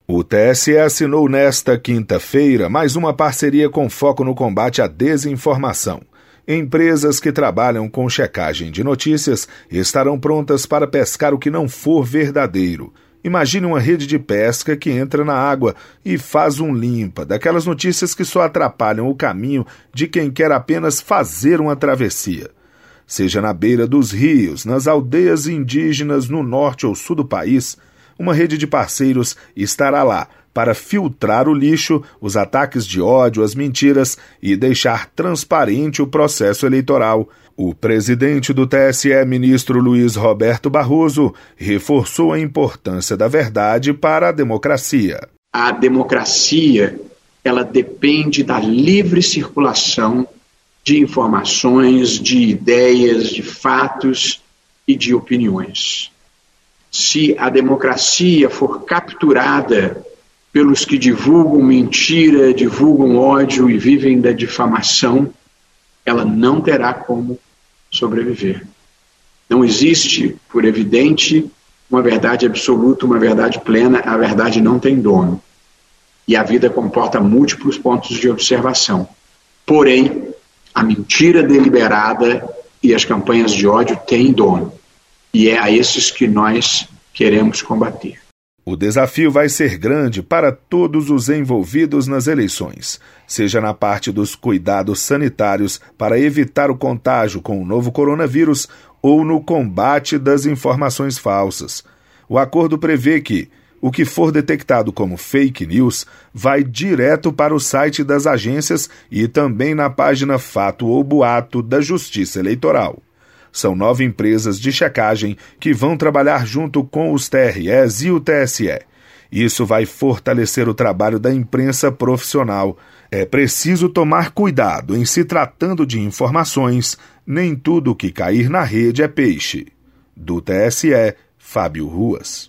O TSE assinou nesta quinta-feira mais uma parceria com foco no combate à desinformação. Empresas que trabalham com checagem de notícias estarão prontas para pescar o que não for verdadeiro. Imagine uma rede de pesca que entra na água e faz um limpa, daquelas notícias que só atrapalham o caminho de quem quer apenas fazer uma travessia. Seja na beira dos rios, nas aldeias indígenas no norte ou sul do país, uma rede de parceiros estará lá para filtrar o lixo, os ataques de ódio, as mentiras e deixar transparente o processo eleitoral. O presidente do TSE, ministro Luiz Roberto Barroso, reforçou a importância da verdade para a democracia. A democracia, ela depende da livre circulação de informações, de ideias, de fatos e de opiniões. Se a democracia for capturada pelos que divulgam mentira, divulgam ódio e vivem da difamação, ela não terá como sobreviver. Não existe, por evidente, uma verdade absoluta, uma verdade plena. A verdade não tem dono. E a vida comporta múltiplos pontos de observação. Porém, a mentira deliberada e as campanhas de ódio têm dono. E é a esses que nós queremos combater. O desafio vai ser grande para todos os envolvidos nas eleições, seja na parte dos cuidados sanitários para evitar o contágio com o novo coronavírus ou no combate das informações falsas. O acordo prevê que o que for detectado como fake news vai direto para o site das agências e também na página Fato ou Boato da Justiça Eleitoral. São 9 empresas de checagem que vão trabalhar junto com os TREs e o TSE. Isso vai fortalecer o trabalho da imprensa profissional. É preciso tomar cuidado em se tratando de informações. Nem tudo que cair na rede é peixe. Do TSE, Fábio Ruas.